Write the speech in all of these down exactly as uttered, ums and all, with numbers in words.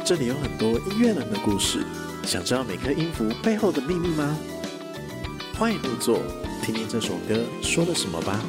这里有很多音乐人的故事，想知道每颗音符背后的秘密吗？欢迎入座，听听这首歌说了什么吧。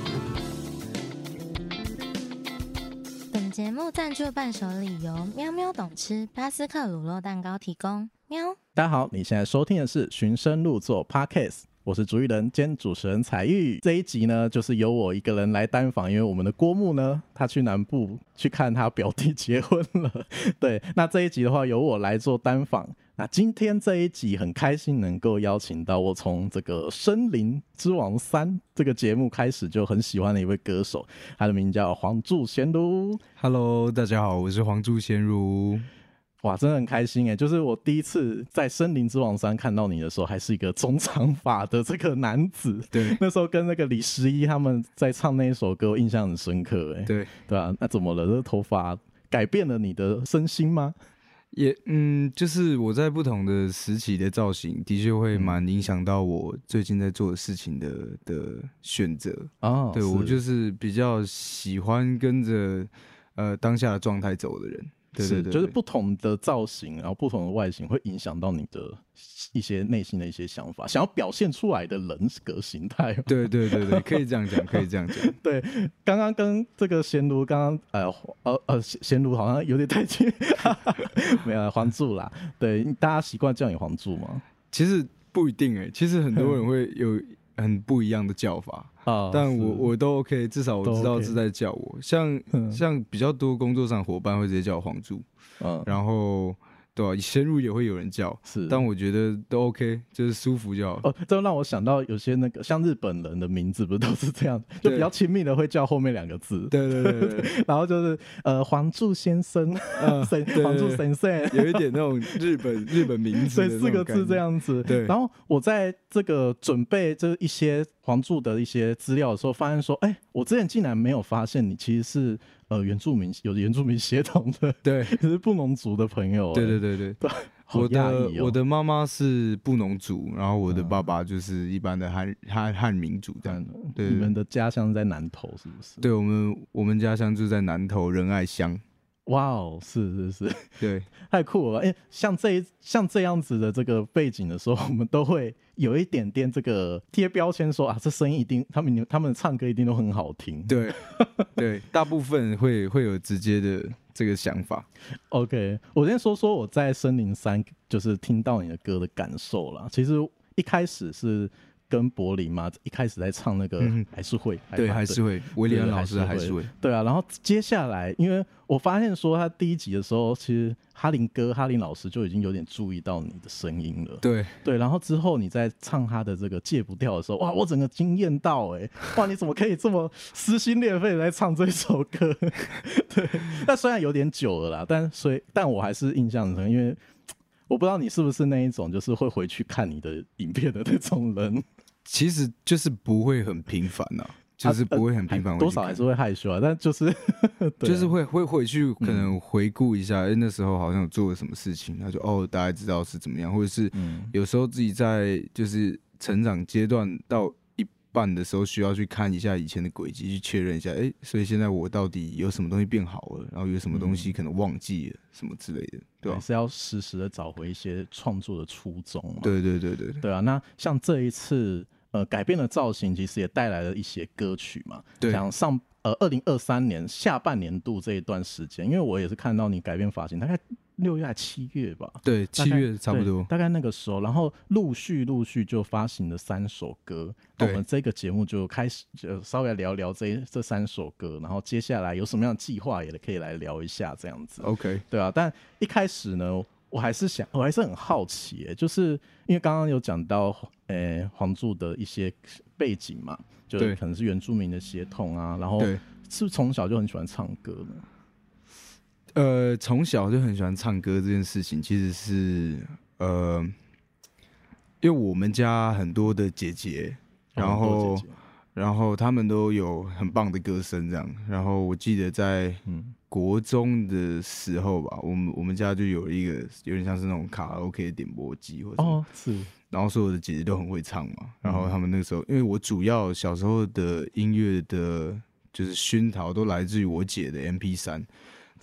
本节目赞助伴手礼由喵喵懂吃巴斯克乳酪蛋糕提供。喵， 大家好，你现在收听的是循声入座 Podcast， 我是主持人兼主持人彩玉。这一集呢，就是由我一个人来单访，因为我们的郭木呢，他去南部去看他表弟结婚了。对，那这一集的话，由我来做单访。那今天这一集很开心能够邀请到我从这个《森林之王三》这个节目开始就很喜欢的一位歌手，他的名叫黄祝贤如。 Hello， 大家好，我是黄祝贤如。 哇，真的很开心耶！就是我第一次在《森林之王三》看到你的时候，还是一个中长发的这个男子。 对， 那时候跟那个李十一他们在唱那一首歌，我印象很深刻。哎， 对， 对啊，那怎么了？这头发改变了你的身心吗？ 也嗯，就是我在不同的时期的造型，的确会蛮影响到我最近在做的事情的的选择。 哦， 对，我就是比较喜欢跟着呃当下的状态走的人。对对 对, 对， 就是不同的造型，然后不同的外形，会影响到你的一些内心的一些想法，想要表现出来的人格形态。 对对对对，可以这样讲，可以这样讲。 对，刚刚跟这个贤如，刚刚呃呃呃贤如好像有点太近，没有黄祝啦。对，大家习惯叫你黄祝吗？ 其实不一定哎、欸，其实很多人会有很不一样的叫法。啊、但我我都 OK， 至少我知道是在叫我。像、嗯、像比较多工作上伙伴会直接叫我黄祝，嗯，然后对啊，贤如也会有人叫，是，但我觉得都 OK， 就是舒服就好。 哦，这让我想到有些那个像日本人的名字不是都是这样，就比较亲密的会叫后面两个字， 对对对 对, 對， 然后就是呃黄祝先生，呃黄祝先生， 有一点那种日本日本名字， 对，四个字这样子。对，然后我在这个准备这一些黄祝的一些资料的时候，发现说，哎、欸，我之前竟然没有发现你其实是呃原住民，有原住民血统的， 对， 就是布农族的朋友、欸。 对对对对对，我的、哦、我的妈妈是布农族，然后我的爸爸就是一般的汉汉汉民族这样。对， 你们的家乡在南投是不是？ 对，我们我们家乡就在南投仁爱乡。 哇哦，是是是， 对， 太酷了！哎、欸，像这一像这样子的这个背景的时候，我们都会有一点点这个贴标签说啊，这声音一定，他们他们唱歌一定都很好听。 对，对，大部分会会有直接的这个想法。 OK， 我先说说我在森林三就是听到你的歌的感受啦。其实一开始是跟柏林嘛，一开始在唱那个还是会， 嗯、对，还是会，威廉老师的还是会， 对啊。然后接下来，因为我发现说他第一集的时候，其实哈林哥、哈林老师就已经有点注意到你的声音了， 对对。然后之后你在唱他的这个戒不掉的时候，哇，我整个惊艳到哎、欸，哇，你怎么可以这么撕心裂肺的在唱这首歌？对，那虽然有点久了啦，但所以但我还是印象很深，因为我不知道你是不是那一种就是会回去看你的影片的那种人。 其实就是不会很频繁呐、啊，就是不会很频繁、啊呃， 多少还是会害羞啊，但就是就是会会回去可能回顾一下，哎、嗯欸，那时候好像有做了什么事情，然后就哦，大概知道是怎么样，或者是有时候自己在就是成长阶段到一半的时候，需要去看一下以前的轨迹，去确认一下，哎、欸，所以现在我到底有什么东西变好了，然后有什么东西可能忘记了，什么之类的，对吧、啊？ 是要时时的找回一些创作的初衷嘛。 对对对 对, 对， 对啊。那像这一次。呃，改变了造型，其实也带来了一些歌曲嘛。 对， 像上呃二零二三年下半年度这一段时间，因为我也是看到你改变发型，大概六月还七月吧。 对，七月差不多， 大概那个时候，然后陆续陆续就发行了三首歌。我们这个节目就开始就稍微聊聊这这三首歌，然后接下来有什么样的计划，也可以来聊一下这样子。 OK， 对啊。但一开始呢。我还是想，我还是很好奇、欸，就是因为刚刚有讲到，呃、欸，黄祝的一些背景嘛，就可能是原住民的血统啊，然后是不是从小就很喜欢唱歌呢？ 呃，从小就很喜欢唱歌这件事情，其实是呃，因为我们家很多的姐姐，然后、哦、姐姐然后他们都有很棒的歌声，这样，然后我记得在嗯。国中的时候吧，我们我们家就有一个有点像是那种卡拉 OK 的点播机，或者哦是，然后所有的姐姐都很会唱嘛，然后他们那个时候，因为我主要小时候的音乐的，就是熏陶都来自于我姐的 M P 三，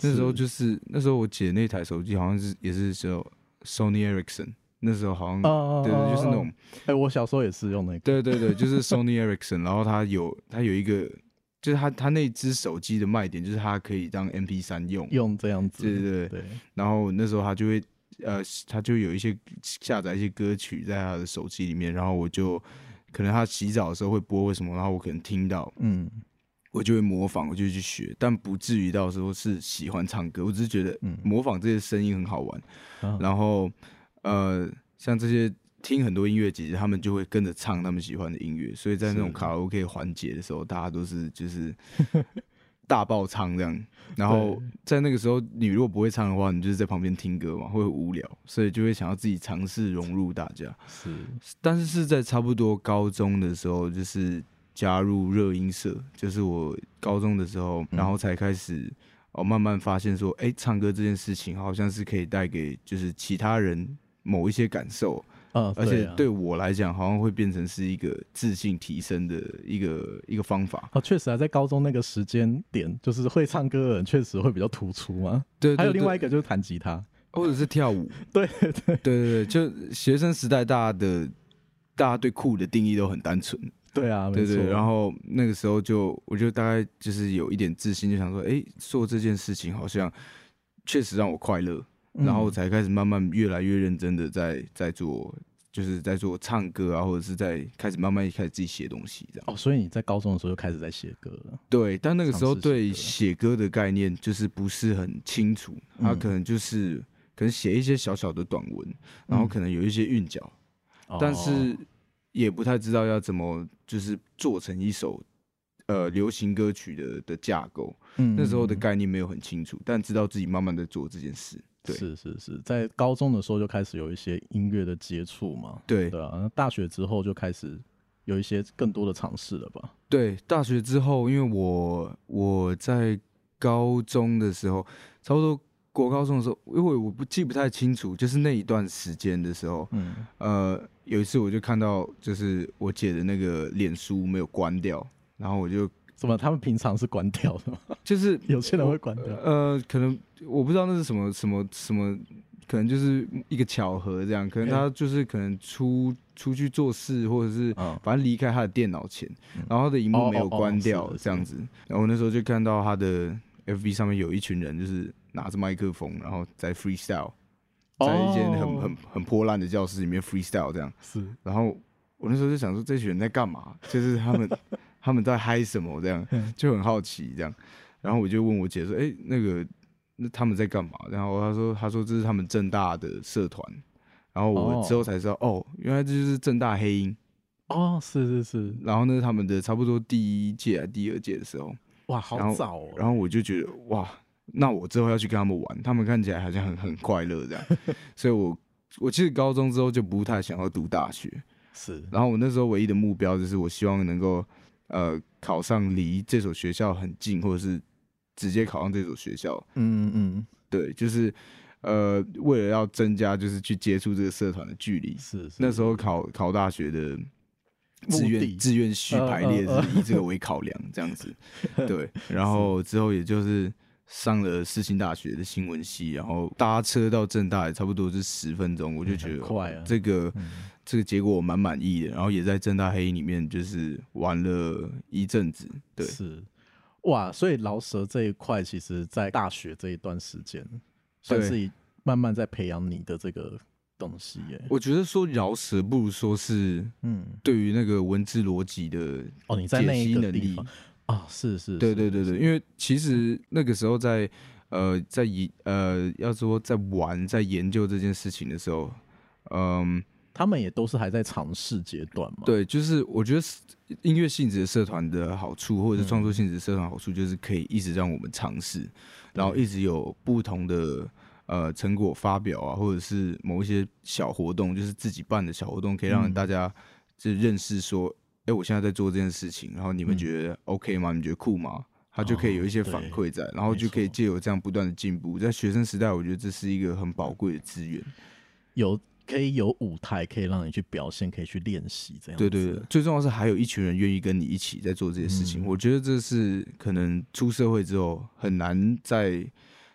那时候就是那时候我姐那台手机好像是也是叫 Sony Ericsson， 那时候好像、 哦、 对对，就是那种， 哎、欸，我小时候也是用那个， 对对对，就是 Sony Ericsson， 然后它有它有一个，就是它它那只手机的卖点就是它可以当 M P 三 用， 用这样子， 对对 对, 对，然后那时候它就会呃，它就有一些下载一些歌曲在它的手机里面，然后我就可能它洗澡的时候会播为什么，然后我可能听到，嗯。我就会模仿，我就去学，但不至于到时候是喜欢唱歌。我只是觉得模仿这些声音很好玩，嗯、然后呃，像这些听很多音乐姐姐，他们就会跟着唱他们喜欢的音乐，所以在那种卡拉 OK 环节的时候，大家都是就是大爆唱这样。然后在那个时候，你如果不会唱的话，你就是在旁边听歌嘛，会无聊，所以就会想要自己尝试融入大家。 是， 但是是在差不多高中的时候，就是加入热音社，就是我高中的时候，然后才开始哦，慢慢发现说，哎、欸，唱歌这件事情好像是可以带给就是其他人某一些感受， 嗯， 而且对我来讲，好像会变成是一个自信提升的一个一个方法。 哦，确实啊，在高中那个时间点，就是会唱歌的人确实会比较突出嘛。 对, 对, 对， 还有另外一个就是弹吉他， 或者是跳舞。 对对对对对对，就学生时代，大家的大家对酷的定义都很单纯。 对啊，没错。 对对，然后那个时候就，我就大概就是有一点自信，就想说，哎，做这件事情好像确实让我快乐，嗯、然后才开始慢慢越来越认真的在在做，就是在做唱歌啊，或者是在开始慢慢开始自己写东西这样。 哦，所以你在高中的时候就开始在写歌了？ 对，但那个时候对写歌的概念就是不是很清楚，他可能就是、嗯、可能写一些小小的短文，然后可能有一些韵脚，嗯、但是。也不太知道要怎么就是做成一首呃流行歌曲的的架构，嗯，那时候的概念没有很清楚，但知道自己慢慢的做这件事。对， 是是是，在高中的时候就开始有一些音乐的接触嘛， 对对啊，大学之后就开始有一些更多的尝试了吧？ 对，大学之后，因为我我在高中的时候，差不多国高中的时候，因为我不记不太清楚，就是那一段时间的时候，嗯，呃。有一次我就看到，就是我姐的那个脸书没有关掉，然后我就什么？他们平常是关掉的吗？ 就是有些人会关掉。 呃，可能我不知道那是什么什么什么，可能就是一个巧合这样。可能他就是可能出出去做事，或者是反正离开他的电脑前，嗯、然后他的荧幕没有关掉，哦哦哦这样子。然后我那时候就看到他的 F B 上面有一群人，就是拿着麦克风，然后在 freestyle。在一间很很很破烂的教室里面 freestyle 这样， 是。然后我那时候就想说，这群人在干嘛？就是他们他们在嗨什么这样，就很好奇这样。然后我就问我姐说：“哎、欸，那个那他们在干嘛？”然后她说：“她说这是他们政大的社团。”然后我之后才知道，哦，原来这就是政大黑鹰。 哦，是是是。 然后那是他们的差不多第一届、第二届的时候， 哇，好早哦。 然后我就觉得，哇。那我之后要去跟他们玩，他们看起来好像很很快乐这样，所以我我其实高中之后就不太想要读大学， 是。 然后我那时候唯一的目标就是我希望能够呃考上离这所学校很近，或者是直接考上这所学校。 嗯嗯， 对，就是呃为了要增加就是去接触这个社团的距离。 是, 是。 那时候考考大学的志愿志愿序排列是以这个为考量，这样子。对，然后之后也就是。上了世新大学的新闻系，然后搭车到政大也差不多是十分钟，我就觉得快啊， 这个、嗯、这个结果我蛮满意的。然后也在政大黑里面就是玩了一阵子，对， 是哇，所以饶舌这一块，其实在大学这一段时间，算是慢慢在培养你的这个东西耶。 我觉得说饶舌不如说是，嗯，对于那个文字逻辑的哦，你在那一个地方。啊、哦，是是， 对对对对，因为其实那个时候在呃在呃要说在玩在研究这件事情的时候，嗯， 他们也都是还在尝试阶段嘛。 对，就是我觉得音乐性质的社团的好处，或者是创作性质的社团好处，就是可以一直让我们尝试，然后一直有不同的呃成果发表啊，或者是某一些小活动，就是自己办的小活动，可以让大家就认识说。哎、欸，我现在在做这件事情，然后你们觉得 OK 吗？嗯、你们觉得酷吗？他就可以有一些反馈在，哦、然后就可以借由这样不断的进步。在学生时代，我觉得这是一个很宝贵的资源， 有可以有舞台，可以让你去表现，可以去练习，这样子。 对对对，最重要的是还有一群人愿意跟你一起在做这些事情。嗯、我觉得这是可能出社会之后很难再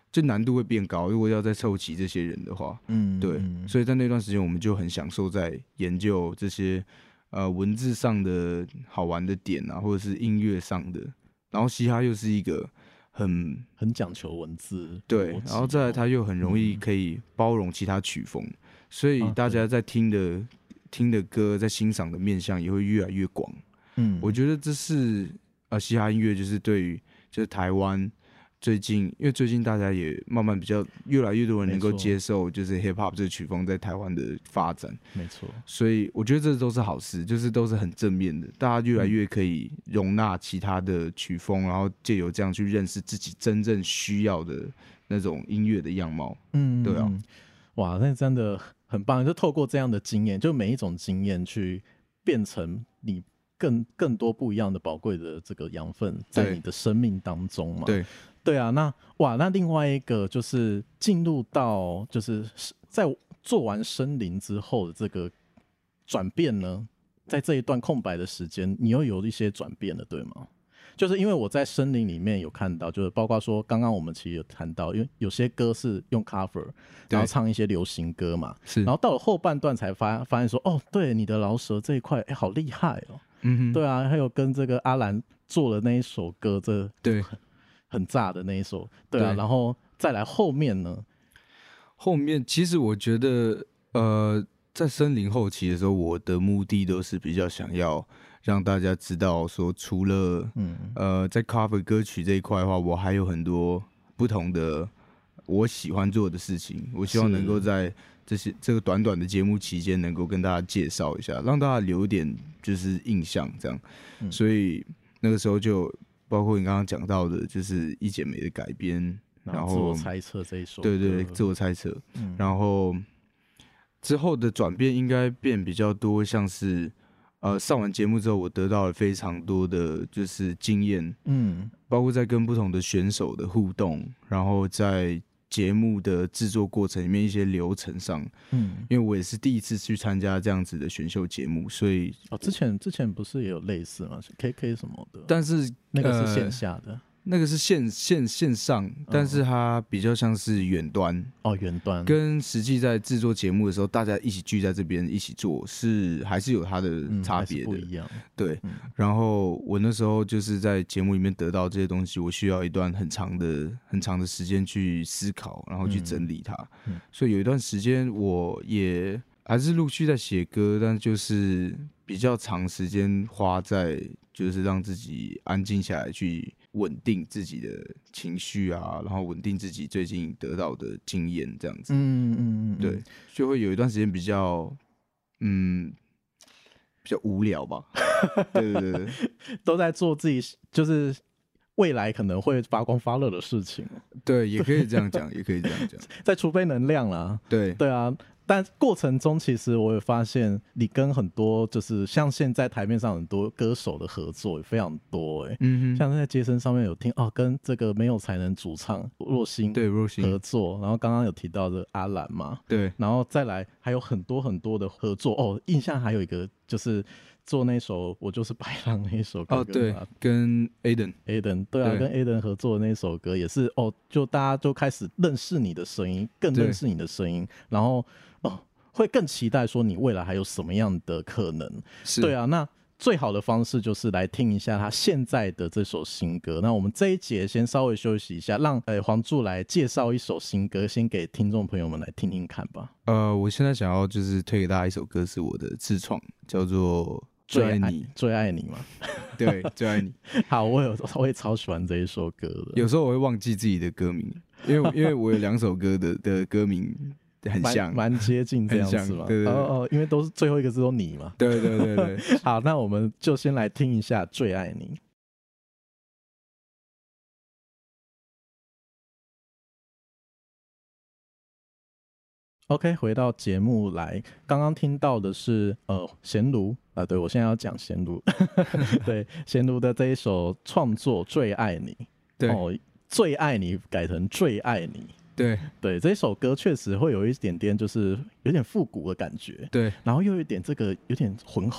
就难度会变高。如果要再凑齐这些人的话，嗯，对，嗯、所以在那段时间我们就很享受在研究这些呃文字上的好玩的点啊，或者是音乐上的。然后嘻哈又是一个很很讲求文字， 对，然后再来它又很容易可以包容其他曲风，嗯、所以大家在听的、啊、听的歌，在欣赏的面向也会越来越广。嗯，我觉得这是呃嘻哈音乐就是对于就是台湾最近，因为最近大家也慢慢比较越来越多人能够接受就是 hip hop 这个曲风在台湾的发展， 没错， 所以我觉得这都是好事，就是都是很正面的，大家越来越可以容纳其他的曲风，然后借由这样去认识自己真正需要的那种音乐的样貌。嗯，对啊， 哇，那真的很棒，就透过这样的经验，就每一种经验去变成你更更多不一样的宝贵的这个养分在你的生命当中嘛。 对。 对啊，那哇，那另外一个就是进入到就是在做完森林之后的这个转变呢，在这一段空白的时间，你又有一些转变了，对吗？就是因为我在森林里面有看到，就是包括说刚刚我们其实有谈到，因为有些歌是用 cover， 然后唱一些流行歌嘛， 是， 然后到了后半段才发发现说，哦，对，你的饶舌这一块，哎，好厉害哦，嗯哼，对啊，还有跟这个阿兰做的那一首歌，这对。 很炸的那一首，对啊，对，然后再来后面呢？ 后面其实我觉得，呃，在森林后期的时候，我的目的都是比较想要让大家知道说，除了嗯呃在 cover 歌曲这一块的话，我还有很多不同的我喜欢做的事情。我希望能够在这些这个短短的节目期间，能够跟大家介绍一下，让大家留一点就是印象这样。嗯、所以那个时候就。包括你刚刚讲到的，就是一剪梅的改编，然后自我猜测这一首， 对对，自我猜测，嗯、然后之后的转变应该变比较多，像是呃上完节目之后，我得到了非常多的就是经验，嗯，包括在跟不同的选手的互动，然后在节目的制作过程里面一些流程上，嗯，因为我也是第一次去参加这样子的选秀节目，所以哦，之前之前不是也有类似吗 ？K K 什么的， 但是那个是线下的，呃、 那个是线线线上，但是它比较像是远端哦，远端跟实际在制作节目的时候，大家一起聚在这边一起做，是还是有它的差别的， 嗯、不一样。 对，嗯、然后我那时候就是在节目里面得到这些东西，我需要一段很长的很长的时间去思考，然后去整理它。嗯嗯、所以有一段时间我也还是陆续在写歌，但就是比较长时间花在就是让自己安静下来去。稳定自己的情绪啊，然后稳定自己最近得到的经验，这样子。嗯嗯嗯，对，就会有一段时间比较，嗯，比较无聊吧。对对对对， 都在做自己就是未来可能会发光发热的事情。 对，也可以这样讲，也可以这样讲， 在储备能量啦。 对对啊。但过程中，其实我也发现，你跟很多就是像现在台面上很多歌手的合作也非常多哎、欸，嗯哼，像在街声上面有听哦，跟这个没有才能主唱若星对若星合作，然后刚刚有提到的阿兰嘛， 对， 然后再来还有很多很多的合作哦，印象还有一个就是做那首我就是白浪那一首歌哦，对，跟 Aden Aden 对啊，对跟 Aden 合作的那首歌也是哦，就大家就开始认识你的声音，更认识你的声音，然后。哦，会更期待说你未来还有什么样的可能？对啊，那最好的方式就是来听一下他现在的这首新歌。那我们这一节先稍微休息一下，让呃黄柱来介绍一首新歌，先给听众朋友们来听听看吧。 呃，我现在想要就是推给大家一首歌，是我的自创，叫做《最爱你》， 最爱你嘛。 对，最爱你。 好，我有我也超喜欢这一首歌的。 有时候我会忘记自己的歌名，因为因为我有两首歌的的歌名。很像， 蛮接近这样子嘛。 对对对， 哦哦，因为都是最后一个字都你嘛。 对对对对。 好，那我们就先来听一下《最爱你》。OK， 回到节目来，刚刚听到的是呃贤如啊，对我现在要讲贤如，对贤如的这一首创作《最爱你》， 对， 哦，最爱你改成最爱你。 对对，这首歌确实会有一点点，就是有点复古的感觉， 对， 然后又有一点这个有点浑厚，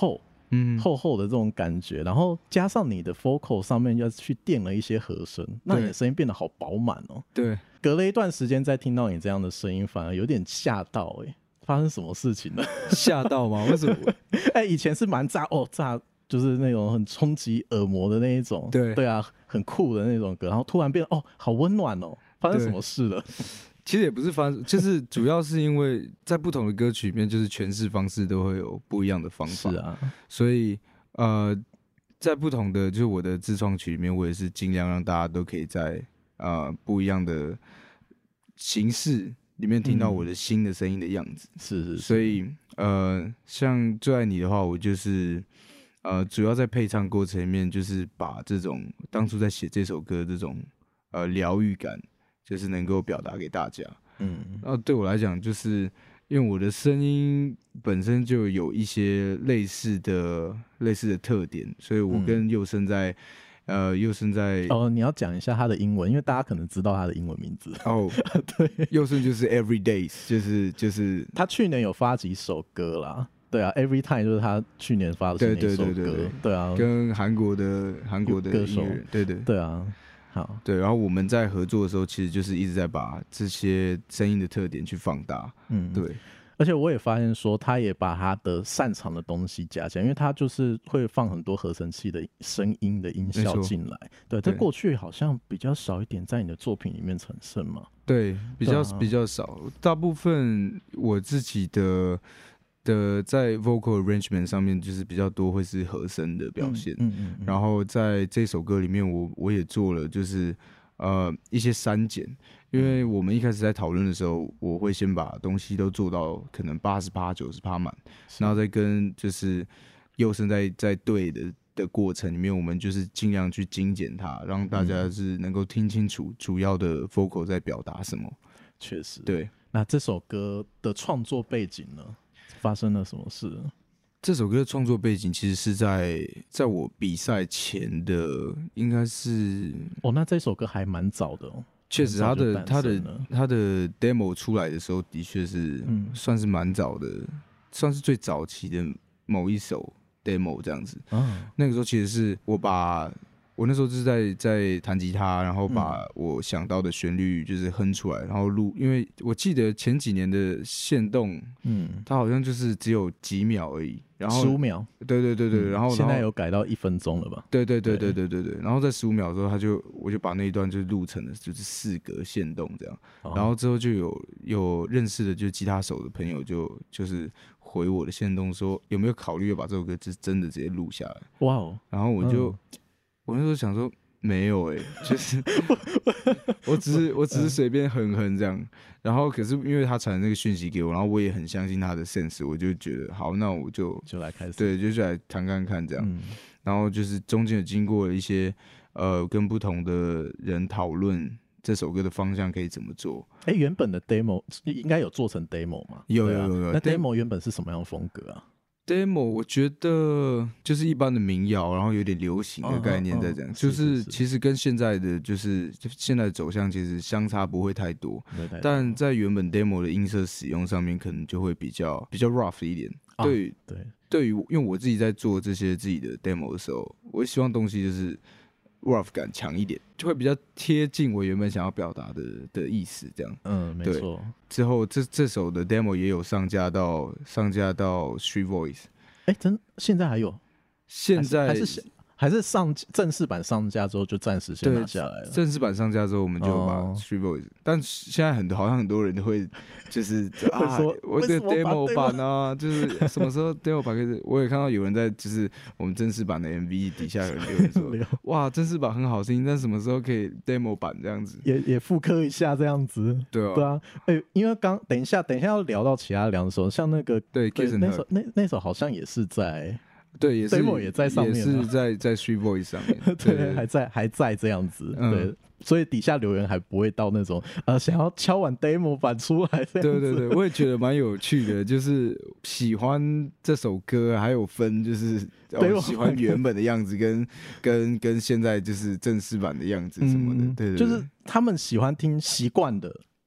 嗯，厚厚的这种感觉，然后加上你的 vocal 上面要去垫了一些和声，那你的声音变得好饱满哦。 对， 隔了一段时间再听到你这样的声音，反而有点吓到哎、欸，发生什么事情了？ 吓到吗？为什么？ 哎、欸，以前是蛮炸哦，炸就是那种很冲击耳膜的那一种， 对对啊，很酷的那种歌，然后突然变得哦，好温暖哦，发生什么事了？ 其实也不是发生，就是主要是因为在不同的歌曲里面，就是诠释方式都会有不一样的方法。 是啊， 所以呃，在不同的就是我的自创曲里面，我也是尽量让大家都可以在呃不一样的形式里面听到我的新的声音的样子。 嗯、是, 是是。 所以呃，像最爱你的话，我就是呃主要在配唱过程里面，就是把这种当初在写这首歌这种呃疗愈感。就是能够表达给大家，嗯，然后对我来讲，就是因为我的声音本身就有一些类似的类似的特点，所以我跟佑生在，嗯、呃，佑生在哦，你要讲一下他的英文，因为大家可能知道他的英文名字哦，对，佑生就是 Every Days， 就是就是他去年有发几首歌啦。对啊 ，Every Time 就是他去年发的那首歌，对对对 对, 对, 对啊， 跟韩国的韩国的歌手， 对对对啊。好， 对，然后我们在合作的时候，其实就是一直在把这些声音的特点去放大，嗯，对。 而且我也发现说，他也把他的擅长的东西加进来，因为他就是会放很多合成器的声音的音效进来。对，在过去好像比较少一点在你的作品里面产生嘛。 对，比较、啊、比较少，大部分我自己的。的在 vocal arrangement 上面就是比较多会是和声的表现，嗯嗯嗯、然后在这首歌里面我我也做了就是呃一些删减，因为我们一开始在讨论的时候，我会先把东西都做到可能八十趴、九十趴满，然后再跟就是佑生在在对的的过程里面，我们就是尽量去精简它，让大家是能够听清楚主要的 vocal 在表达什么。 确实， 对。 那这首歌的创作背景呢？发生了什么事？ 这首歌的创作背景其实是在在我比赛前的，应该是哦，那这首歌还蛮早的哦。 确实，他的他的他的 demo 出来的时候，的确是算是蛮早的，嗯、算是最早期的某一首 demo 这样子。嗯、那个时候其实是我把。我那时候就是在在弹吉他，然后把我想到的旋律就是哼出来，然后录。因为我记得前几年的限动，嗯，它好像就是只有几秒而已，然后十五秒， 对对对对，嗯、然后现在有改到一分钟了吧？ 对对对对对对对。然后在十五秒之后，他就我就把那一段就录成了就是四格限动这样，哦、然后之后就有有认识的就吉他手的朋友就就是回我的限动说有没有考虑要把这首歌就真的直接录下来？哇哦！然后我就。嗯我那时候想说没有哎、欸，就是我只是我只是随便哼哼这样，然后可是因为他传那个讯息给我，然后我也很相信他的 sense， 我就觉得好，那我就就来开始， 对，就来弹看看这样。嗯、然后就是中间有经过了一些呃跟不同的人讨论这首歌的方向可以怎么做。 哎、欸，原本的 demo 应该有做成 demo 吗？ 有有有有。 那 demo 原本是什么样的风格啊 ？demo 我觉得就是一般的民谣，然后有点流行的概念在这样，哦哦哦、就是其实跟现在的就是现在的走向其实相差不会太多，但在原本 demo 的音色使用上面可能就会比较比较 rough 一点。啊、对对，对于因为我自己在做这些自己的 demo 的时候，我希望东西就是 rough 感强一点，就会比较贴近我原本想要表达的的意思，这样。 嗯，没错。 之后这这首的 demo 也有上架到上架到 Street Voice， 哎、欸，真现在还有？ 现在还是还是还是上正式版上架之后就暂时先拿下来了。 正式版上架之后我们就把 Street Voice，、哦、但现在很多好像很多人都会就是啊，我的 demo 版啊，就是什么时候 demo 版可以？我也看到有人在就是我们正式版的 M V 底下有人留言说，哇，正式版很好听，但什么时候可以 demo 版这样子？ 也也复刻一下这样子。 对啊， 对啊，哎、欸，因为刚等一下等一下要聊到其他两首，像那个对， 对那首那那首好像也是在。 对，也是 demo 也在上面， 也是在在 Street Voice 上面， 对，对还在还在这样子，嗯、对，所以底下留言还不会到那种呃想要敲完 demo 版出来这样子。 对对对，我也觉得蛮有趣的，就是喜欢这首歌，还有分就是、哦、喜欢原本的样子跟跟跟现在就是正式版的样子什么的，嗯、对, 对对， 就是他们喜欢听习惯的。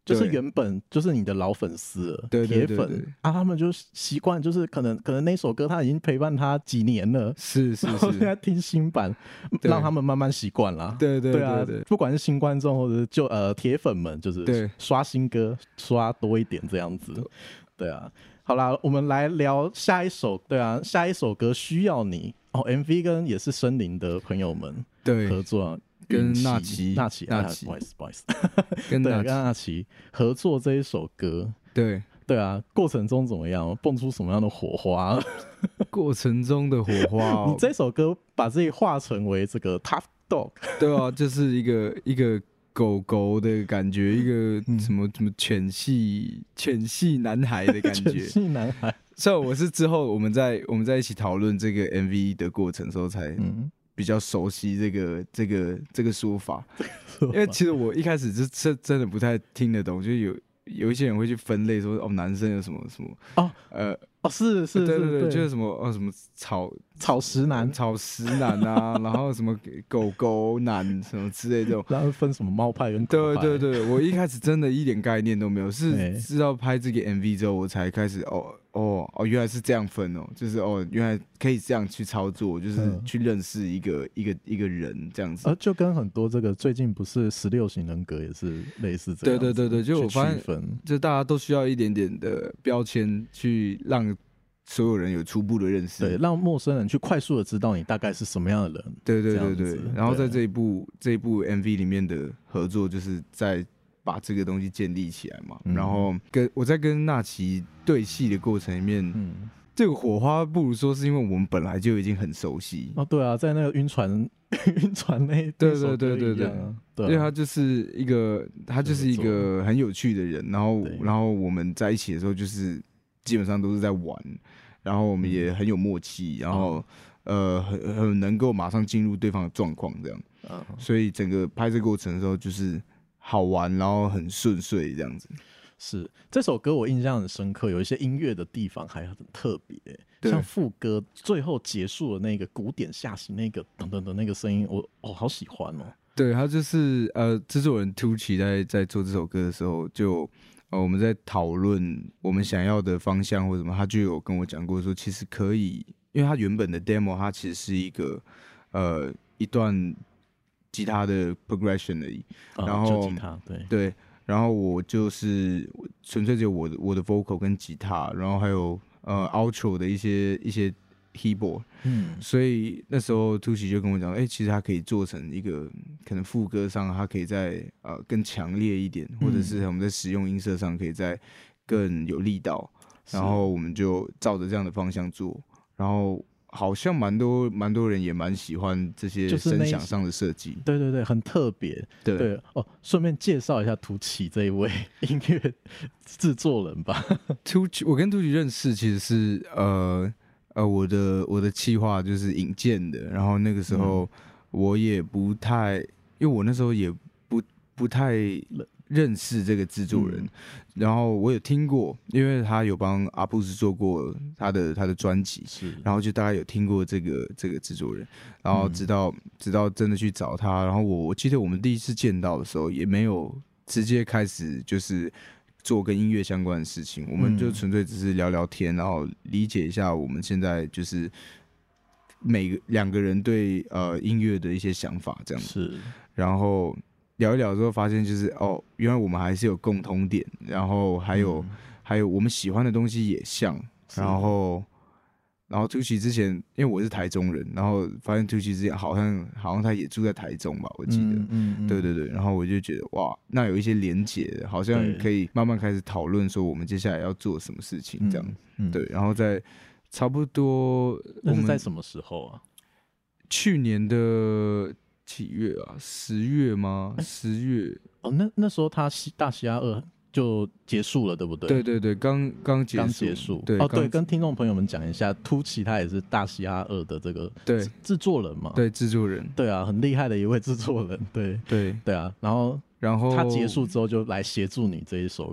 就是原本就是你的老粉丝了， 对对对铁粉对对啊，他们就习惯，就是可能可能那首歌他已经陪伴他几年了， 是是然后现是， 在听新版， 对让他们慢慢习惯啦。 对对对啊， 对对， 不管是新观众或者是就呃铁粉们，就是对刷新歌刷多一点这样子。对啊，好啦，我们来聊下一首。对啊，下一首歌需要你哦 ，M V 跟也是森林的朋友们对合作。 跟纳奇纳奇纳奇不好意思不好意思， 跟对，跟纳纳奇合作这一首歌， 对对啊，过程中怎么样？蹦出什么样的火花？ 过程中的火花、哦， 你这首歌把自己化成为这个 tough dog， 对啊，就是一个一个狗狗的感觉，一个什么什么犬系犬系男孩的感觉， 犬系男孩。 所以我是之后我们在我们在一起讨论这个 M V 的过程的时候才嗯。 比较熟悉这个这个这个说法，因为其实我一开始是真真的不太听得懂，就有有一些人会去分类说哦，男生有什么什么哦呃哦是是， 对对对， 对， 就是什么哦什么草草食男、 草食男啊，然后什么狗狗男什么之类这种， 然后分什么猫派跟狗派。 对对对，我一开始真的一点概念都没有，是欸知道拍这个 M V 之后，我才开始哦哦哦，原来是这样分哦，就是哦，原来可以这样去操作，就是嗯去认识一个一个一个人这样子。 呃，就跟很多这个最近不是十六型人格也是类似这样子。 对对对对，就我发现去区分， 就大家都需要一点点的标签，去让所有人有初步的认识。 对，让陌生人去快速的知道你大概是什么样的人。 对对对对这样子， 然后在对这一部这一部 M V 里面的合作，就是在把这个东西建立起来嘛。 嗯然后跟我在跟纳奇对戏的过程里面， 嗯， 这个火花不如说是因为我们本来就已经很熟悉， 哦对啊，在那个晕船晕船那对那首歌对对对对一样啊，对啊， 因为他就是一个他就是一个很有趣的人，然后对然后我们在一起的时候，就是基本上都是在玩，然后我们也很有默契，然后。呃，很很能够马上进入对方的状况，这样， 嗯所以整个拍摄过程的时候就是好玩，然后很顺遂这样子。 是这首歌我印象很深刻，有一些音乐的地方还很特别， 对像副歌最后结束的那个鼓点下行那个等等的那个声音，我哦好喜欢哦。 对，他就是呃，制作人 Tucci 在在做这首歌的时候就。呃，我们在讨论我们想要的方向或什么，他就有跟我讲过说，其实可以，因为他原本的 demo 它其实是一个呃一段吉他的 progression 而已， 啊然后就吉他对对，然后我就是纯粹只有我的我的 vocal 跟吉他，然后还有呃 outro 的一些一些 keyboard， 嗯所以那时候 Tucci 就跟我讲，哎、欸，其实它可以做成一个可能副歌上，它可以再呃更强烈一点，或者是我们在使用音色上可以再更有力道，然后我们就照着这样的方向做，然后好像蛮多蛮多人也蛮喜欢这些声响上的设计， 对对对，很特别。 对对哦，顺便介绍一下图奇这一位音乐制作人吧。 Tucci 我跟 Tucci 认识其实是呃。呃，我的我的企划就是引荐的，然后那个时候我也不太，因为我那时候也不不太认识这个制作人，嗯、然后我有听过，因为他有帮阿布斯做过他的他的专辑， 是， 然后就大概有听过这个这个制作人，然后直到、嗯、直到真的去找他，然后我我记得我们第一次见到的时候也没有直接开始就是做跟音乐相关的事情，我们就纯粹只是聊聊天，然后理解一下我们现在就是每个两个人对呃音乐的一些想法这样子， 是， 然后聊一聊之后发现就是哦，原来我们还是有共同点，然后还有、嗯、还有我们喜欢的东西也像，然后然后 Tucci 之前因为我是台中人，然后发现 Tucci 之前好像好像他也住在台中吧，我记得， 嗯嗯嗯、 对对对，然后我就觉得哇，那有一些连结，好像可以慢慢开始讨论说我们接下来要做什么事情这样，嗯嗯、对，然后在差不多那是在什么时候啊？ 去年的几月啊？十月吗？十月哦，那那时候他西大西亚二就结束了，对不对？ 对对对，刚刚结束， 刚结束。 对哦，对，跟听众朋友们讲一下，Tucci他也是大西亚二的这个对制作人嘛， 对制作人， 对啊，很厉害的一位制作人，对对对啊，然后然后他结束之后就来协助你这一首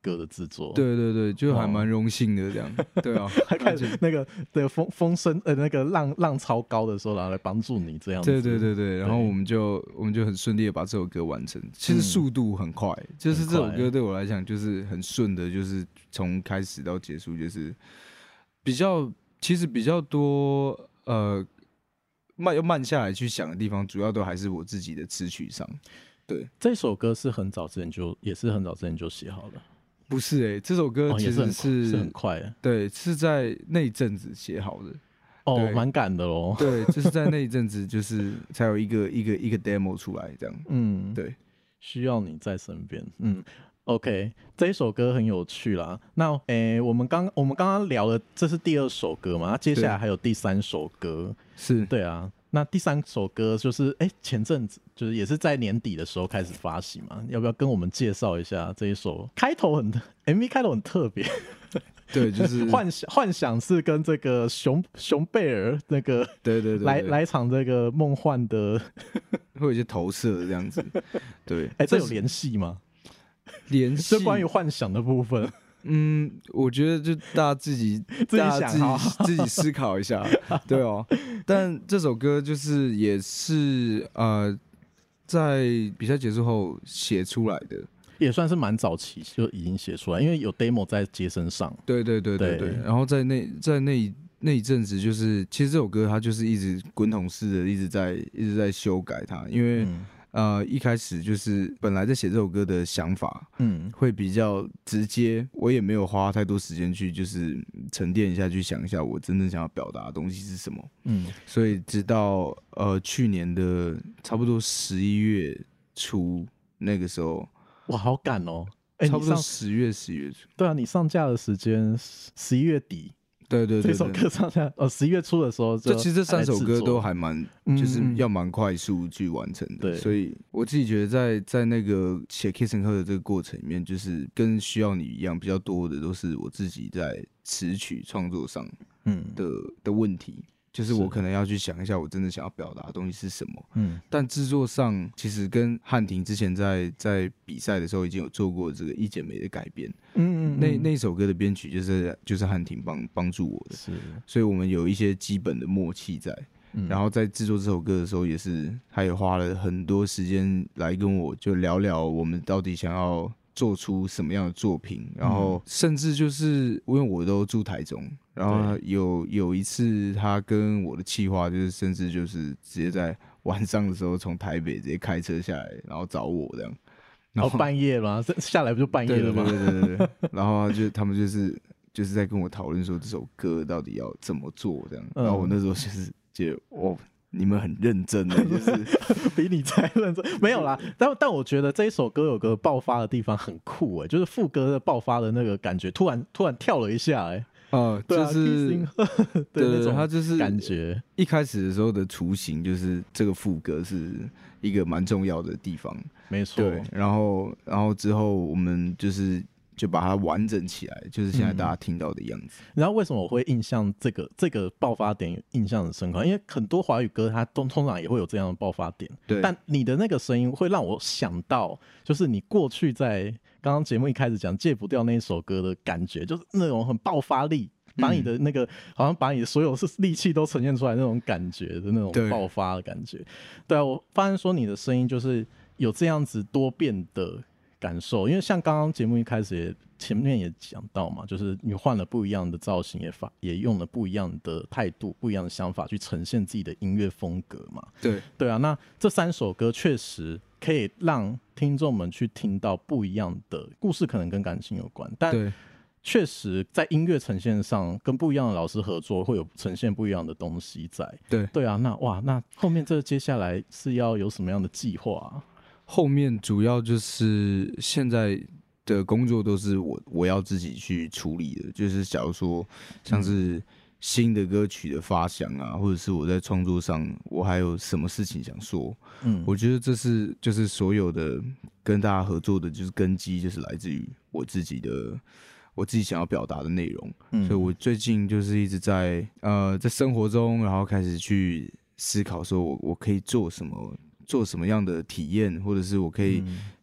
歌的制作。 对对对，就还蛮荣幸的这样。对啊， 他开始那个对风风声呃那个浪浪超高的时候，然后来帮助你这样子。 对对对对，然后我们就我们就很顺利的把这首歌完成。其实速度很快，嗯、就是这首歌对我来讲就是很顺的，就是从开始到结束就是比较其实比较多呃慢要慢下来去想的地方，主要都还是我自己的词曲上。对， 这首歌是很早之前就也是很早之前就写好了。 不是哎、欸，这首歌其实是、 哦、是, 是很快的， 对，是在那一阵子写好的。 哦，蛮赶的咯。 对，就是在那一阵子，就是才有一个一个一个 demo 出来这样。 嗯， 对， 需要你在身边。嗯 ，OK， 这一首歌很有趣啦。那诶、欸，我们刚我们刚刚聊的这是第二首歌嘛？那接下来还有第三首歌，是对啊。那第三首歌就是哎、欸，前阵子就是也是在年底的时候开始发行嘛，要不要跟我们介绍一下这一首？开头很 M V 开头很特别， 对，就是幻想幻想是跟这个熊熊贝尔那个对对 对, 对， 来来场这个梦幻的， 会有一些投射这样子，对， 哎、欸，这有联系吗？ 联系就关于幻想的部分。 嗯，我觉得就大家自己自己想自己自己思考一下，对哦。但这首歌就是也是呃，在比赛结束后写出来的， 也算是蛮早期就已经写出来，因为有 demo 在街声上。 对对对对 对, 对。然后在那在那那一阵子，就是其实这首歌它就是一直滚筒式的一直在一直在修改它，因为。嗯呃，一开始就是本来在写这首歌的想法，嗯，会比较直接，我也没有花太多时间去就是沉淀一下，去想一下我真正想要表达的东西是什么，嗯，所以直到呃去年的差不多十一月初那个时候， 哇，好赶哦，欸、 差不多十月十一月初， 对啊，你上架的时间十一月底。 对对 对, 对， 这首歌上下哦，十一月初的时候， 这其实这三首歌都还蛮，就是要蛮快速去完成的。嗯、所以我自己觉得在在那个写 Kiss and Her 的这个过程里面，就是跟需要你一样，比较多的都是我自己在词曲创作上嗯的的问题。就是我可能要去想一下，我真的想要表达的东西是什么。嗯，但制作上其实跟汉庭之前在在比赛的时候已经有做过这个一剪梅的改编。嗯嗯, 嗯，那那首歌的编曲就是就是汉庭帮帮助我的，是，所以我们有一些基本的默契在。嗯、然后在制作这首歌的时候，也是他也花了很多时间来跟我就聊聊我们到底想要做出什么样的作品，然后甚至就是因为我都住台中，然后有有一次他跟我的企划就是甚至就是直接在晚上的时候从台北直接开车下来，然后找我这样， 然后、哦、半夜吗？下来不就半夜了吗？ 对对对对对，然后就他们就是就是在跟我讨论说这首歌到底要怎么做这样，然后我那时候就是觉得哦。你们很认真的，就是比你才认真。没有啦，但但我觉得这一首歌有个爆发的地方很酷哎、欸，就是副歌的爆发的那个感觉，突然突然跳了一下哎、欸， 哦、呃，就是对那种它就是感觉。 一开始的时候的雏形就是这个副歌是一个蛮重要的地方， 没错。 对，然后然后之后我们就是。就把它完整起来，就是现在大家听到的样子。 嗯、然后为什么我会印象这个这个爆发点印象很深刻？因为很多华语歌它通通常也会有这样的爆发点，对。但你的那个声音会让我想到，就是你过去在刚刚节目一开始讲戒不掉那一首歌的感觉，就是那种很爆发力，把你的那个、嗯、好像把你的所有力气都呈现出来那种感觉的那种爆发的感觉。对, 对啊，我发现说你的声音就是有这样子多变的。感受，因为像刚刚节目一开始也前面也讲到嘛，就是你换了不一样的造型，也发也用了不一样的态度、不一样的想法去呈现自己的音乐风格嘛。 对对啊，那这三首歌确实可以让听众们去听到不一样的故事，可能跟感情有关，但确实在音乐呈现上跟不一样的老师合作，会有呈现不一样的东西在。 对对啊，那哇，那后面这接下来是要有什么样的计划啊？ 后面主要就是现在的工作都是我我要自己去处理的，就是假如说像是新的歌曲的发想啊，或者是我在创作上我还有什么事情想说，嗯，我觉得这是就是所有的跟大家合作的，就是根基就是来自于我自己的我自己想要表达的内容，嗯，所以我最近就是一直在呃在生活中，然后开始去思考说我我可以做什么。做什么样的体验，或者是我可以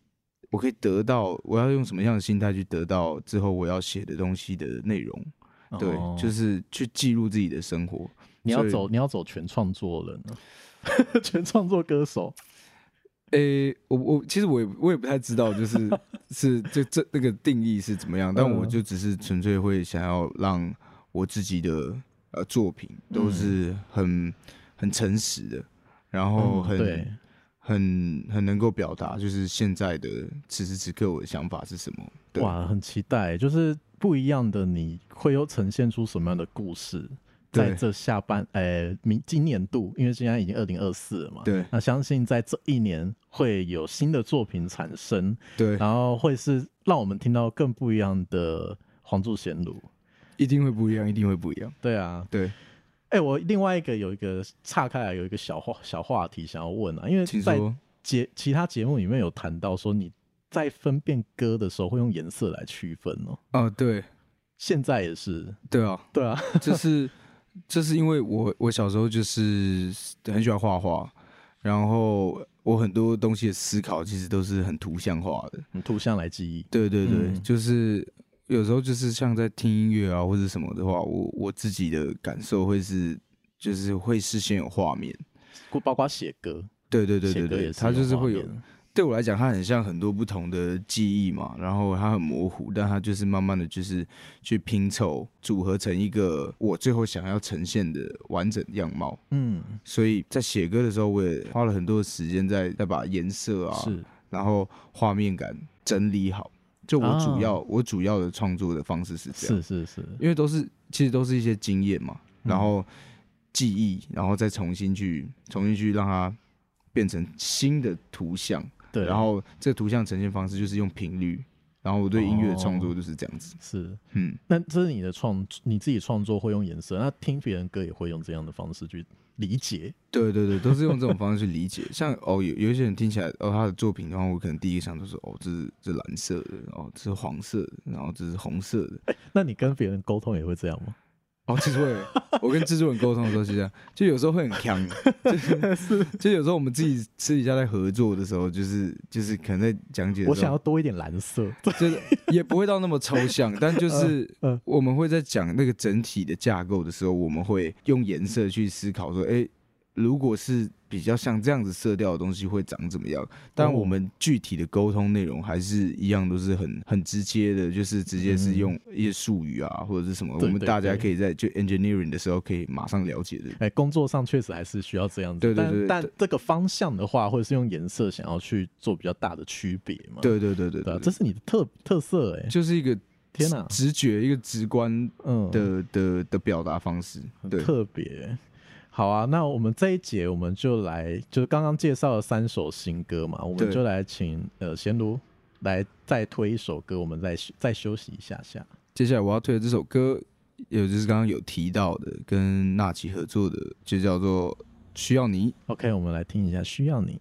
我可以得到，我要用什么样的心态去得到之后我要写的东西的内容。对， 哦、 就是去记录自己的生活。 你要走，你要走全创作人了，全创作歌手。 诶、欸，我我其实我也我也不太知道，就是是这这那个定义是怎么样，但我就只是纯粹会想要让我自己的呃作品都是很、嗯、很诚实的，然后很、嗯、 对很很能够表达，就是现在的此时此刻我的想法是什么。 哇，很期待，就是不一样的你会有呈现出什么样的故事。在这下半呃明今年度，因为现在已经二零二四了嘛， 对， 那相信在这一年会有新的作品产生， 对， 然后会是让我们听到更不一样的黄祝贤儒， 一定会不一样，一定会不一样。 对啊， 对。 哎、欸，我另外一个有一个岔开来有一个小话小话题想要问啊，因为在节其他节目里面有谈到说你在分辨歌的时候会用颜色来区分哦。 哦，对， 现在也是。 对啊， 对啊， 就是。这是因为我我小时候就是很喜欢画画，然后我很多东西的思考其实都是很图像化的， 很图像来记忆。 对对对， 嗯、 就是有时候就是像在听音乐啊或者什么的话，我我自己的感受会是就是会事先有画面， 包括写歌。 对对对对对，它就是会有。对我来讲，它很像很多不同的记忆嘛，然后它很模糊，但它就是慢慢的就是去拼凑组合成一个我最后想要呈现的完整样貌。嗯，所以在写歌的时候，我也花了很多的时间在在把颜色啊， 是， 然后画面感整理好。就我主要、啊、我主要的创作的方式是这样， 是是是， 因为都是其实都是一些经验嘛，然后记忆，然后再重新去重新去让它变成新的图像。对，然后这个图像呈现方式就是用频率，然后我对音乐的创作就是这样子。 哦、是，嗯，那这是你的创，你自己创作会用颜色，那听别人歌也会用这样的方式去理解。 对对对，都是用这种方式去理解。像哦，有有一些人听起来哦，他的作品的话，我可能第一个想就是哦，这是这是蓝色的，哦，这是黄色的，然后这是红色的。 欸、那你跟别人沟通也会这样吗？ 哦，其实会，我跟制作人沟通的时候是这样，就有时候会很强，就是就有时候我们自己私底下在合作的时候，就是就是可能在讲解的时候， 我想要多一点蓝色， 就是也不会到那么抽象，但就是我们会在讲那个整体的架构的时候，我们会用颜色去思考说，哎、欸，如果是比较像这样子色调的东西会长怎么样？但我们具体的沟通内容还是一样，都是很很直接的，就是直接是用一些术语啊，或者是什么，我们大家可以在就 engineering 的时候可以马上了解的。 哎、欸，工作上确实还是需要这样子， 对对 对, 对, 但。但这个方向的话，或者是用颜色想要去做比较大的区别嘛？ 对对对 对, 对, 对、啊，这是你的特特色哎、欸， 就是一个天哪， 直觉，一个直观的、嗯、的 的, 的表达方式， 很特别。好啊，那我们这一节我们就来，就是刚刚介绍了三首新歌嘛，我们就来请呃贤儒来再推一首歌，我们再再休息一下下。 接下来我要推的这首歌，也就是刚刚有提到的，跟纳奇合作的，就叫做《需要你》。 OK， 我们来听一下《需要你》。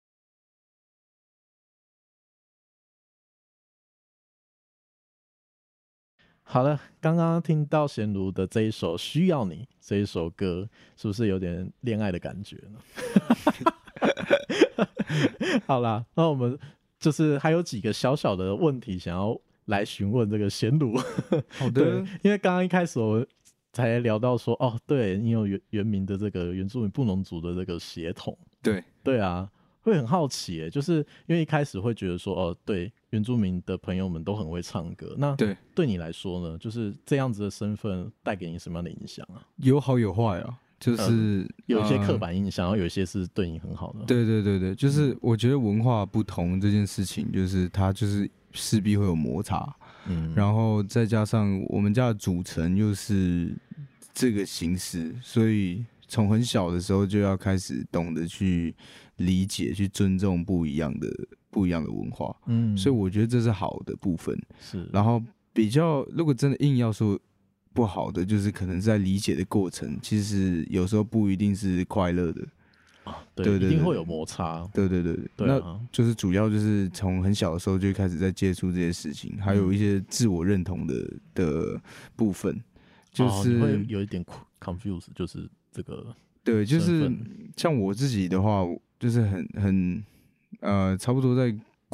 好了，刚刚听到贤儒的这一首《需要你》这一首歌，是不是有点恋爱的感觉呢？好啦，那我们就是还有几个小小的问题想要来询问这个贤儒。 好的， 因为刚刚一开始我才聊到说，哦，对你有原原民的这个原住民布农族的这个血统， 对对啊。会很好奇耶，就是因为一开始会觉得说，哦，对，原住民的朋友们都很会唱歌，那对对你来说呢，就是这样子的身份带给你什么样的影响啊？ 有好有坏啊，就是、呃、 有一些刻板印象，然后有一些是对你很好的。 对对对对，就是我觉得文化不同这件事情，就是它就是势必会有摩擦，嗯，然后再加上我们家的组成又是这个形式，所以从很小的时候就要开始懂得去理解、去尊重不一样的、不一样的文化。嗯，所以我觉得这是好的部分。 是， 然后比较，如果真的硬要说不好的，就是可能在理解的过程，其实有时候不一定是快乐的。 啊，对，对对对，一定会有摩擦。 对对对对，啊、那就是主要就是从很小的时候就开始在接触这些事情，还有一些自我认同的的部分，就是、 哦、你会有一点 confuse， 就是这个。 对，就是像我自己的话，就是很很呃，差不多在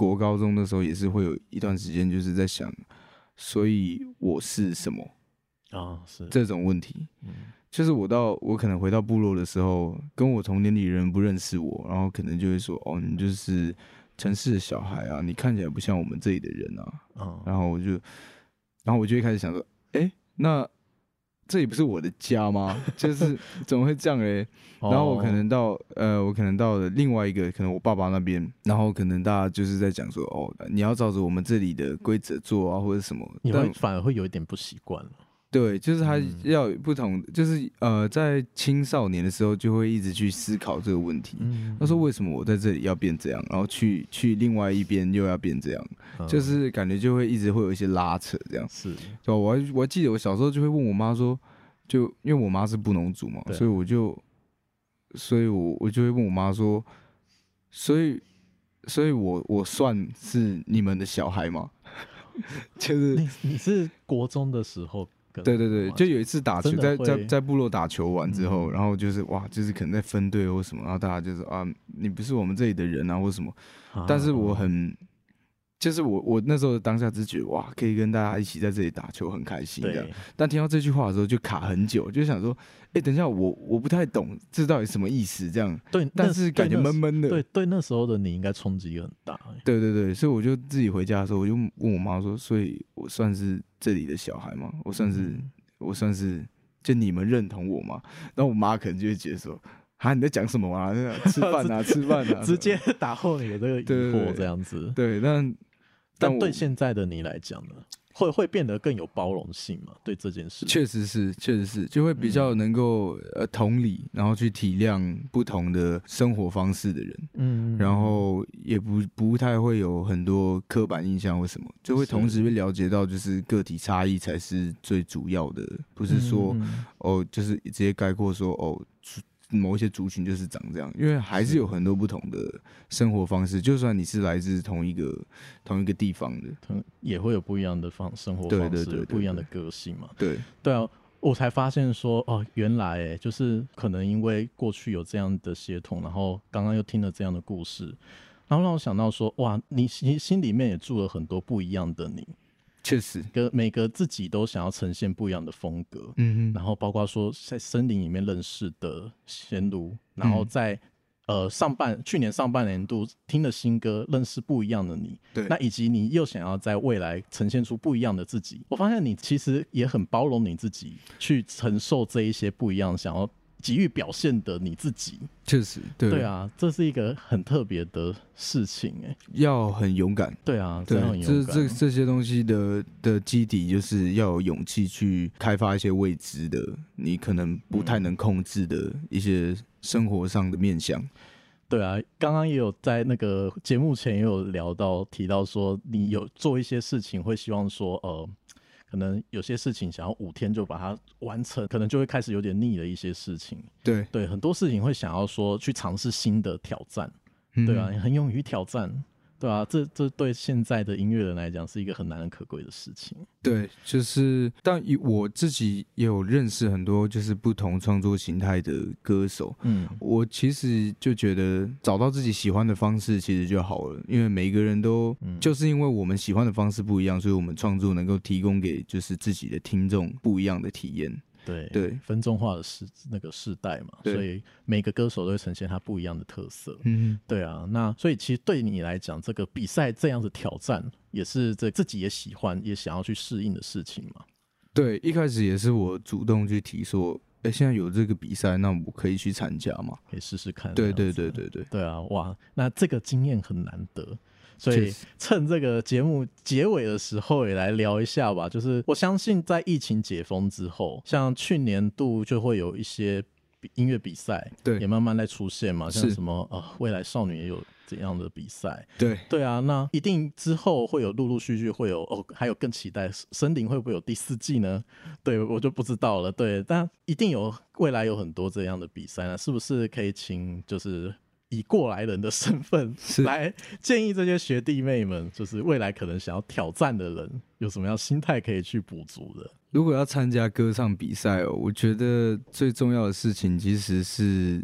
国高中的时候也是会有一段时间就是在想，所以我是什么啊？是这种问题。 嗯， 就是我到我可能回到部落的时候，跟我同年龄人不认识我，然后可能就会说，哦，你就是城市的小孩啊，你看起来不像我们这里的人啊。 嗯， 然后我就，然后我就会开始想说，哎，那这里不是我的家吗？就是怎么会这样嘞？然后我可能到呃，我可能到了另外一个，可能我爸爸那边，然后可能大家就是在讲说，哦，你要照着我们这里的规则做啊，或者什么， 你会反而会有一点不习惯了。 对，就是他要有不同，嗯、就是呃，在青少年的时候就会一直去思考这个问题。嗯、他说为什么我在这里要变这样，然后去去另外一边又要变这样，嗯、就是感觉就会一直会有一些拉扯这样。 是， 对，我还我还记得我小时候就会问我妈说，就因为我妈是布农族嘛，所以我就，所以我我就会问我妈说，所以所以我我算是你们的小孩吗？就是你你是国中的时候。 对对对，就有一次打球，在在在部落打球完之后，嗯、然后就是哇，就是可能在分队或什么，然后大家就说啊，你不是我们这里的人啊，或什么。啊、但是我很，就是我我那时候当下只觉得哇，可以跟大家一起在这里打球，很开心这样。但听到这句话的时候就卡很久，就想说，哎，等一下，我我不太懂这到底什么意思这样。 对， 但是感觉闷闷的。 对对，那时候的你应该冲击很大。 对对对，所以我就自己回家的时候，我就问我妈说，所以我算是这里的小孩吗？我算是。嗯我算是就你们认同我吗？然后我妈可能就会觉得说：“啊，你在讲什么啊？吃饭啊，吃饭啊！” 直接打破你的这个疑惑，这样子。 对，但但对现在的你来讲呢，会会变得更有包容性嘛？对这件事， 确实是，确实是，就会比较能够、嗯、呃同理，然后去体谅不同的生活方式的人，嗯，然后也不不太会有很多刻板印象或什么，就会同时会了解到，就是个体差异才是最主要的，不是说、嗯、哦，就是直接概括说哦。某一些族群就是长这样，因为还是有很多不同的生活方式，就算你是来自同一个同一个地方的， 也会有不一样的方生活方式，对对对对对，不一样的个性嘛。 对对啊，我才发现说，哦，原来哎，就是可能因为过去有这样的协同，然后刚刚又听了这样的故事，然后让我想到说，哇，你心里面也住了很多不一样的你。 确实， 每个自己都想要呈现不一样的风格，嗯，然后包括说在森林里面认识的仙奴，然后在、嗯、呃上半去年上半年度听了新歌，认识不一样的你， 对， 那以及你又想要在未来呈现出不一样的自己，我发现你其实也很包容你自己，去承受这一些不一样，想要急于表现的你自己。 确实，对对啊，这是一个很特别的事情，哎， 要很勇敢。 对啊， 对， 真的很勇敢。这这这些东西的的基底，就是要有勇气去开发一些未知的，你可能不太能控制的一些生活上的面向。 对啊，刚刚也有在那个节目前也有聊到提到说，你有做一些事情会希望说，呃。可能有些事情想要五天就把它完成，可能就会开始有点腻的一些事情。 对对，很多事情会想要说去尝试新的挑战，嗯、对啊，你很勇于挑战，对啊，这这对现在的音乐人来讲是一个很难能可贵的事情。 对，就是但我自己也有认识很多就是不同创作形态的歌手，嗯，我其实就觉得找到自己喜欢的方式其实就好了，因为每一个人都、嗯、就是因为我们喜欢的方式不一样，所以我们创作能够提供给就是自己的听众不一样的体验。 对对， 分众化的时那个世代嘛，所以每个歌手都会呈现他不一样的特色。嗯，对啊，那所以其实对你来讲，这个比赛这样的挑战，也是这自己也喜欢，也想要去适应的事情嘛。 对，一开始也是我主动去提说，哎、欸，现在有这个比赛，那我可以去参加吗？ 可以试试看。 对对对对对， 对啊，哇，那这个经验很难得。所以趁这个节目结尾的时候也来聊一下吧，就是我相信在疫情解封之后，像去年度就会有一些音乐比赛， 对， 也慢慢在出现嘛，像什么呃未来少女也有这样的比赛， 对对啊，那一定之后会有陆陆续续会有哦，还有更期待森林会不会有第四季呢？对，我就不知道了，对，但一定有未来有很多这样的比赛呢，是不是可以请就是以过来人的身份来建议这些学弟妹们，就是未来可能想要挑战的人，有什么样心态可以去补足的？ 如果要参加歌唱比赛哦，我觉得最重要的事情其实是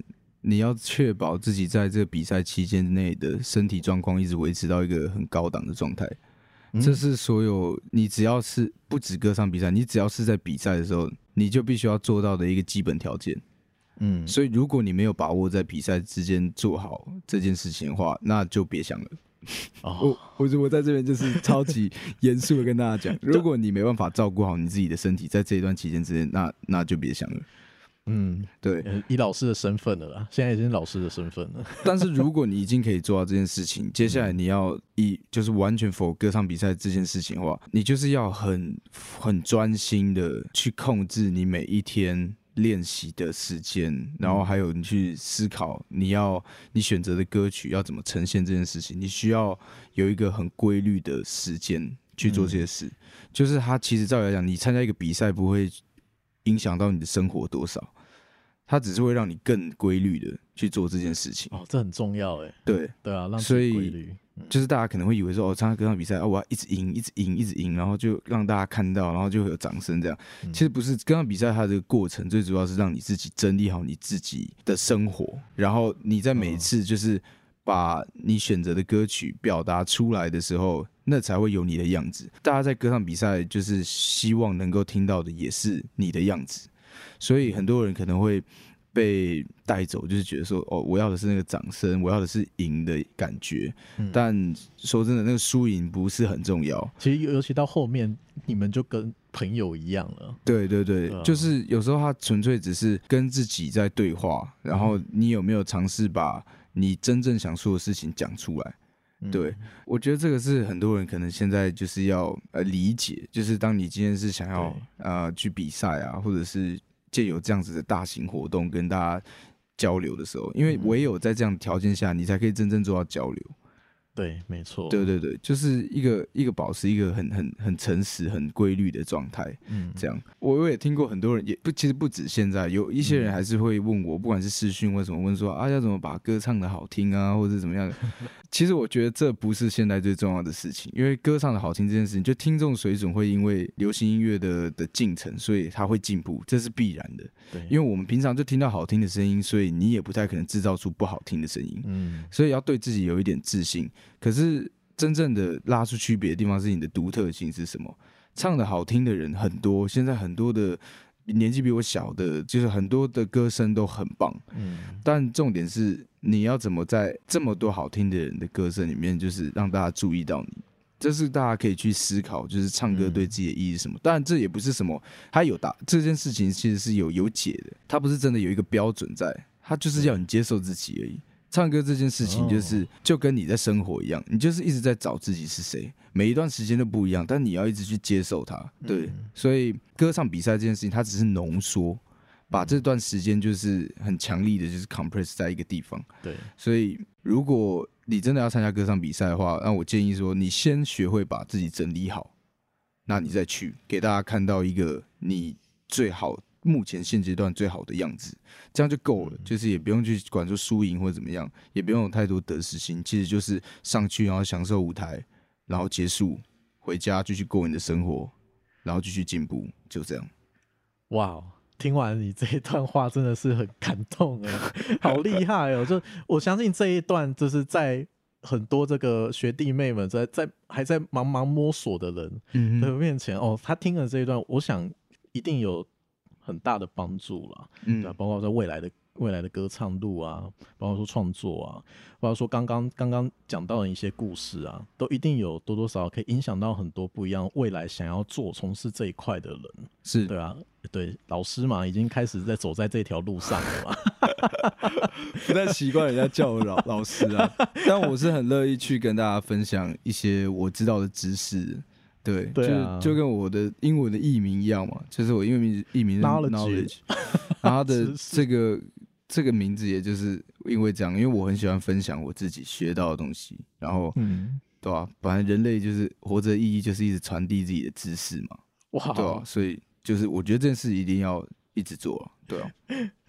你要确保自己在这个比赛期间内的身体状况一直维持到一个很高档的状态。嗯、这是所有你只要是不止歌唱比赛，你只要是在比赛的时候，你就必须要做到的一个基本条件。嗯，所以如果你没有把握在比赛之间做好这件事情的话，那就别想了。哦、我我我在这边就是超级严肃的跟大家讲，如果你没办法照顾好你自己的身体，在这一段期间之内，那那就别想了。嗯，对， 以老师的身份了啦，现在已经是老师的身份了。 但是如果你已经可以做到这件事情，接下来你要以就是完全 for 歌唱比赛这件事情的话，你就是要很很专心的去控制你每一天练习的时间，然后还有你去思考你要你选择的歌曲要怎么呈现这件事情，你需要有一个很规律的时间去做这些事。嗯、就是它其实照理来讲，你参加一个比赛不会影响到你的生活多少，它只是会让你更规律的去做这件事情。 哦，这很重要哎。 对对啊，让自己规律。 就是大家可能会以为说，哦，参加歌唱比赛，哦，我要一直赢，一直赢，一直赢，然后就让大家看到，然后就会有掌声这样。嗯、其实不是，歌唱比赛它的过程最主要是让你自己整理好你自己的生活，然后你在每一次就是把你选择的歌曲表达出来的时候，那才会有你的样子。大家在歌唱比赛就是希望能够听到的也是你的样子，所以很多人可能会被带走，就是觉得说，哦，我要的是那个掌声，我要的是赢的感觉。嗯、但说真的，那个输赢不是很重要。 其实尤其到后面，你们就跟朋友一样了。 对对对，对啊、就是有时候他纯粹只是跟自己在对话，然后你有没有尝试把你真正想说的事情讲出来？嗯、对，我觉得这个是很多人可能现在就是要呃理解，就是当你今天是想要呃去比赛啊，或者是藉由这样子的大型活动跟大家交流的时候，因为唯有在这样的条件下，你才可以真正做到交流。 对，没错。 对对对，就是一个一个保持一个很很很诚实、很规律的状态。嗯，这样我也听过很多人，也不其实不止现在，有一些人还是会问我，不管是视讯或什么，问说啊要怎么把歌唱的好听啊，或者怎么样的。其实我觉得这不是现在最重要的事情，因为歌唱的好听这件事情，就听众水准会因为流行音乐的的进程，所以它会进步，这是必然的。对，因为我们平常就听到好听的声音，所以你也不太可能制造出不好听的声音。嗯，所以要对自己有一点自信。可是真正的拉出区别的地方是你的独特性是什么？唱的好听的人很多，现在很多的年纪比我小的，就是很多的歌声都很棒。嗯，但重点是你要怎么在这么多好听的人的歌声里面，就是让大家注意到你。这是大家可以去思考，就是唱歌对自己的意义是什么。当然，这也不是什么，它有答这件事情其实是有有解的，它不是真的有一个标准在，它就是要你接受自己而已。唱歌这件事情就是就跟你在生活一样，你就是一直在找自己是谁，每一段时间都不一样，但你要一直去接受它。对，所以歌唱比赛这件事情，它只是浓缩，把这段时间就是很强力的，就是 compress 在一个地方。对，所以如果你真的要参加歌唱比赛的话，那我建议说，你先学会把自己整理好，那你再去给大家看到一个你最好目前现阶段最好的样子，这样就够了。就是也不用去管说输赢或者怎么样，也不用有太多得失心，其实就是上去然后享受舞台，然后结束回家继续过你的生活，然后继续进步，就这样。 哇！听完你这一段话真的是很感动哎，好厉害哦！就我相信这一段就是在很多这个学弟妹们在在还在茫茫摸索的人的面前、嗯、哦，他听了这一段，我想一定有很大的帮助啦，嗯，对，包括在未来的未来的歌唱路啊，包括说创作啊，包括说刚刚刚刚讲到的一些故事啊，都一定有多多少少可以影响到很多不一样未来想要做从事这一块的人，是对啊，对，老师嘛，已经开始在走在这条路上了嘛， 不太习惯人家叫我 老, 老师啊，但我是很乐意去跟大家分享一些我知道的知识。对，对啊、就, 就跟我的英文的译名一样嘛，就是我英文名译名是 knowledge，, knowledge 然后他的这个这个名字也就是因为这样，因为我很喜欢分享我自己学到的东西，然后，嗯，对吧、啊？本来人类就是活着的意义就是一直传递自己的知识嘛，哇，对啊，所以就是我觉得这件事一定要一直做、啊，对啊。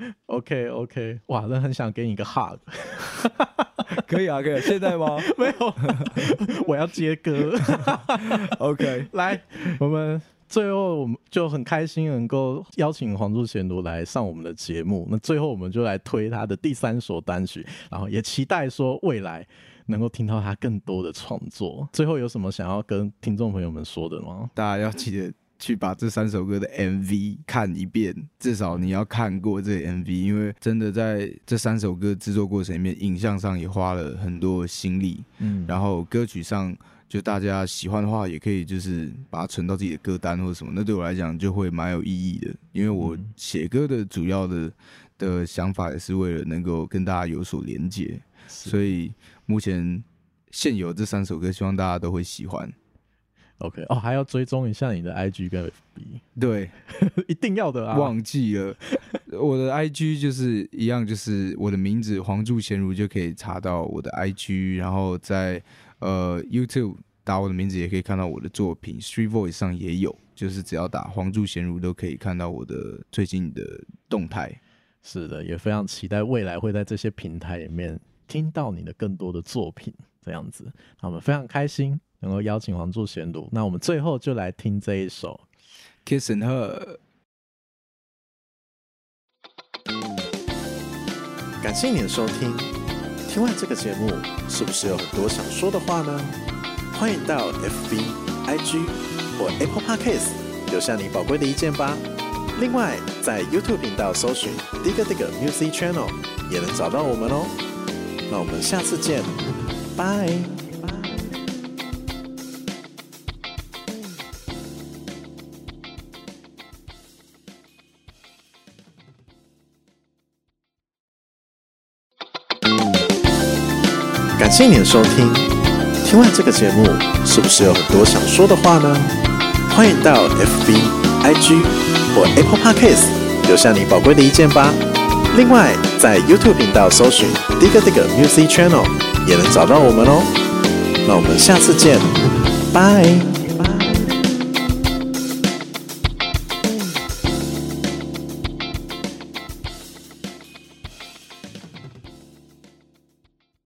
OK OK， 哇，真的很想给你一个 hug。 可以啊，可以、啊。现在吗？ 没有，我要接歌。 OK， 来，我们最后我们就很开心能够邀请黄柱贤如来上我们的节目，那最后我们就来推他的第三首单曲，然后也期待说未来能够听到他更多的创作。最后有什么想要跟听众朋友们说的吗？ 大家要记得去把这三首歌的 M V 看一遍，至少你要看过这个 M V， 因为真的在这三首歌制作过程里面，影像上也花了很多心力，嗯，然后歌曲上就大家喜欢的话，也可以就是把它存到自己的歌单或者什么，那对我来讲就会蛮有意义的，因为我写歌的主要的的想法也是为了能够跟大家有所连结，所以目前现有这三首歌，希望大家都会喜欢。 OK， 哦，还要追踪一下你的 I G 跟 F B， 对， 一定要的啊！ 忘记了，我的 I G 就是一样，就是我的名字黄柱贤如就可以查到我的 I G， 然后在呃 YouTube 打我的名字也可以看到我的作品 ，Street Voice 上也有，就是只要打黄柱贤如都可以看到我的最近的动态。 是的，也非常期待未来会在这些平台里面听到你的更多的作品，这样子，那我们非常开心能够邀请黄柱贤如。那我们最后就来听这一首《 Kiss and Her》。 感谢你的收听。听完这个节目，是不是有很多想说的话呢？欢迎到 F B、I G 或 Apple Podcast 留下你宝贵的意见吧。另外，在 YouTube 频道搜寻 Digga Digga Music Channel 也能找到我们哦。那我们下次见，拜。感谢你的收听。听完这个节目，是不是有很多想说的话呢？欢迎到 F B、I G 或 Apple Podcast 留下你宝贵的意见吧。另外，在 YouTube 频道搜寻 Digga Digga Music Channel 也能找到我们哦。那我们下次见，拜。